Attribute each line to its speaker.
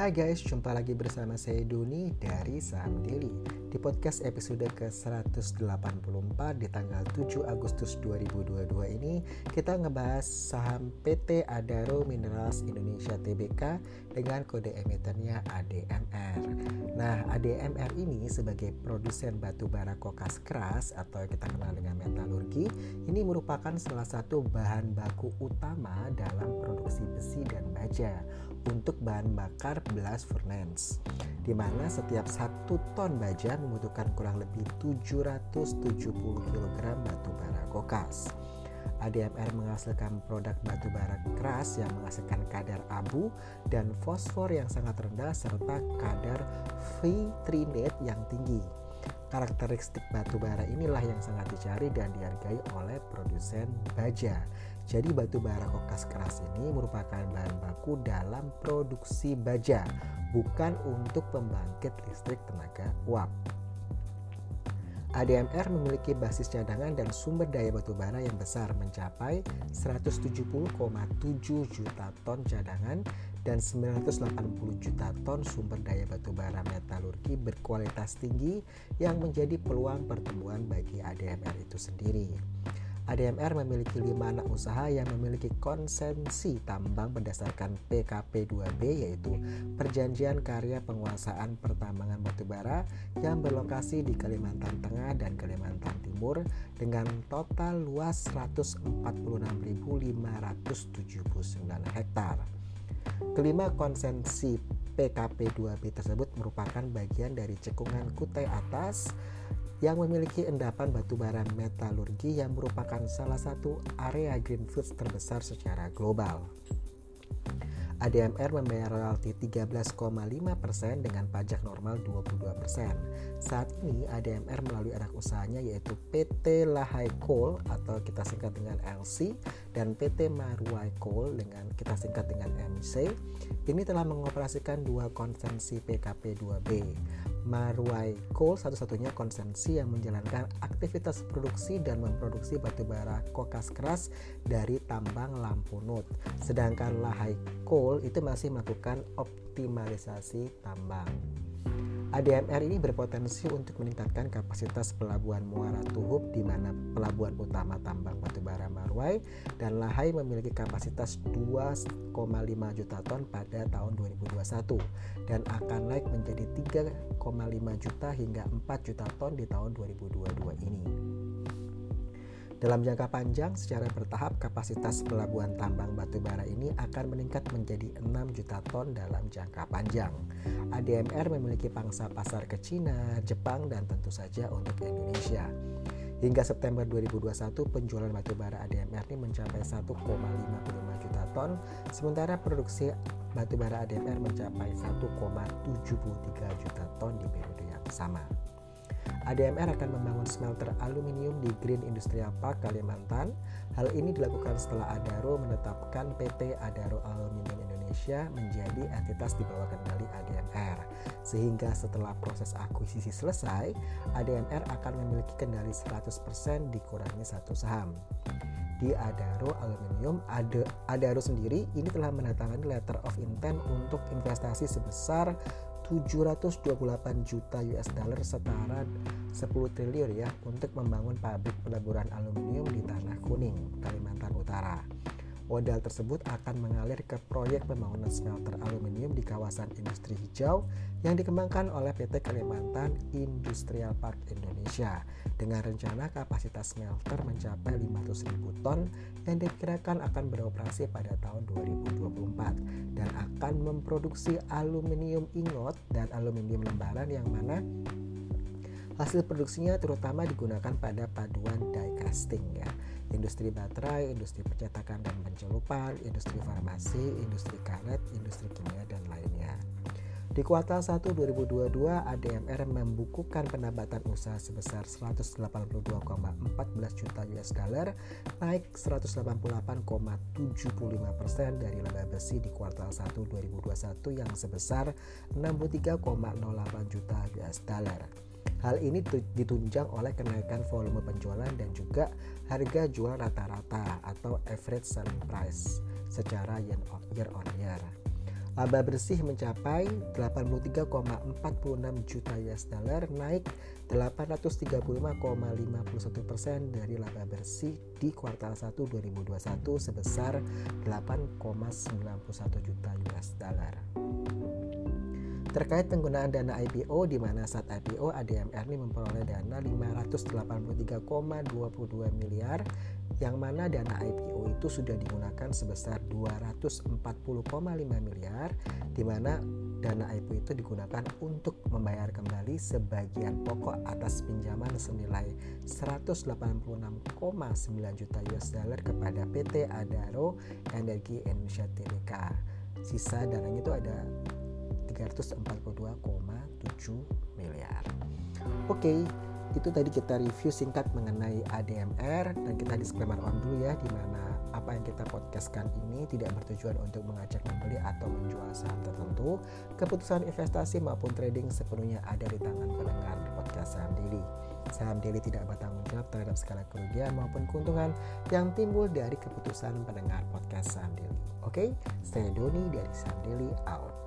Speaker 1: Hai guys, jumpa lagi bersama saya Doni dari Saham Daily. Di podcast episode ke-184 di tanggal 7 Agustus 2022 ini kita ngebahas saham PT Adaro Minerals Indonesia Tbk dengan kode emitennya ADMR. Nah, ADMR ini sebagai produsen batu bara kokas keras atau yang kita kenal dengan metalurgi, ini merupakan salah satu bahan baku utama dalam produksi besi dan baja untuk bahan bakar blast furnace, di mana setiap 1 ton baja membutuhkan kurang lebih 770 kg batu bara kokas. ADMR menghasilkan produk batu bara keras yang menghasilkan kadar abu dan fosfor yang sangat rendah serta kadar vitrinate yang tinggi. Karakteristik batu bara inilah yang sangat dicari dan dihargai oleh produsen baja. Jadi batu bara kokas keras ini merupakan bahan baku dalam produksi baja, bukan untuk pembangkit listrik tenaga uap. ADMR memiliki basis cadangan dan sumber daya batubara yang besar mencapai 170,7 juta ton cadangan dan 980 juta ton sumber daya batubara metalurgi berkualitas tinggi yang menjadi peluang pertumbuhan bagi ADMR itu sendiri. ADMR memiliki 5 anak usaha yang memiliki konsensi tambang berdasarkan PKP 2B, yaitu Perjanjian Karya Penguasaan Pertambangan Batubara yang berlokasi di Kalimantan Tengah dan Kalimantan Timur dengan total luas 146.579 hektar. Kelima konsensi PKP 2B tersebut merupakan bagian dari cekungan Kutai Atas yang memiliki endapan batubara metalurgi yang merupakan salah satu area greenfield terbesar secara global. ADMR membayar royalti 13,5% dengan pajak normal 22%. Saat ini ADMR melalui anak usahanya yaitu PT Lahai Coal atau kita singkat dengan LC dan PT Maruai Coal dengan kita singkat dengan MC. Ini telah mengoperasikan 2 konsensi PKP 2B. Maruai Coal satu-satunya konsensi yang menjalankan aktivitas produksi dan memproduksi batubara kokas keras dari tambang Lampunut. Sedangkan Lahai Coal itu masih melakukan optimalisasi tambang. ADMR ini berpotensi untuk meningkatkan kapasitas pelabuhan Muara Tuhub di mana pelabuhan utama tambang batubara Maruai dan Lahai memiliki kapasitas 2,5 juta ton pada tahun 2021 dan akan naik menjadi 3,5 juta hingga 4 juta ton di tahun 2022 ini. Dalam jangka panjang, secara bertahap kapasitas pelabuhan tambang batubara ini akan meningkat menjadi 6 juta ton dalam jangka panjang. ADMR memiliki pangsa pasar ke Cina, Jepang, dan tentu saja untuk Indonesia. Hingga September 2021, penjualan batubara ADMR ini mencapai 1,55 juta ton, sementara produksi batubara ADMR mencapai 1,73 juta ton di periode yang sama. ADMR akan membangun smelter aluminium di Green Industrial Park Kalimantan. Hal ini dilakukan setelah Adaro menetapkan PT Adaro Aluminium Indonesia menjadi entitas di bawah kendali ADMR. Sehingga setelah proses akuisisi selesai, ADMR akan memiliki kendali 100% dikurangi 1 saham. Di Adaro Aluminium, Adaro sendiri ini telah menandatangani letter of intent untuk investasi sebesar 728 juta US dollar setara 10 triliun ya untuk membangun pabrik peleburan aluminium di Tanah Kuning, Kalimantan Utara. Modal tersebut akan mengalir ke proyek pembangunan smelter aluminium di kawasan industri hijau yang dikembangkan oleh PT Kalimantan Industrial Park Indonesia dengan rencana kapasitas smelter mencapai 500.000 ton yang diperkirakan akan beroperasi pada tahun 2024 dan akan memproduksi aluminium ingot dan aluminium lembaran yang mana hasil produksinya terutama digunakan pada paduan die casting ya. Industri baterai, industri percetakan dan pencelupan, industri farmasi, industri karet, industri kimia dan lainnya. Di kuartal 1 2022, ADMR membukukan pendapatan usaha sebesar 182,14 juta US dollar, naik 188,75% dari laba besi di kuartal 1 2021 yang sebesar 63,08 juta US dollar. Hal ini ditunjang oleh kenaikan volume penjualan dan juga harga jual rata-rata atau average selling price secara year on year. Laba bersih mencapai 83,46 juta US dollar, naik 835,51% dari laba bersih di kuartal 1 2021 sebesar 8,91 juta US dollar. Terkait penggunaan dana IPO, di mana saat IPO ADMR ini memperoleh dana 583,22 miliar, yang mana dana IPO itu sudah digunakan sebesar 240,5 miliar, di mana dana IPO itu digunakan untuk membayar kembali sebagian pokok atas pinjaman senilai 186,9 juta US dollar kepada PT Adaro Energi Indonesia Tbk. Sisa dananya itu ada 342,7 miliar. Oke, itu tadi kita review singkat mengenai ADMR, dan kita disclaimer on dulu ya, di mana apa yang kita podcastkan ini tidak bertujuan untuk mengajak membeli atau menjual saham tertentu. Keputusan investasi maupun trading sepenuhnya ada di tangan pendengar podcast Saham Daily. Saham Daily tidak bertanggung jawab terhadap segala kerugian maupun keuntungan yang timbul dari keputusan pendengar podcast Saham Daily. Oke, saya Doni dari Saham Daily out.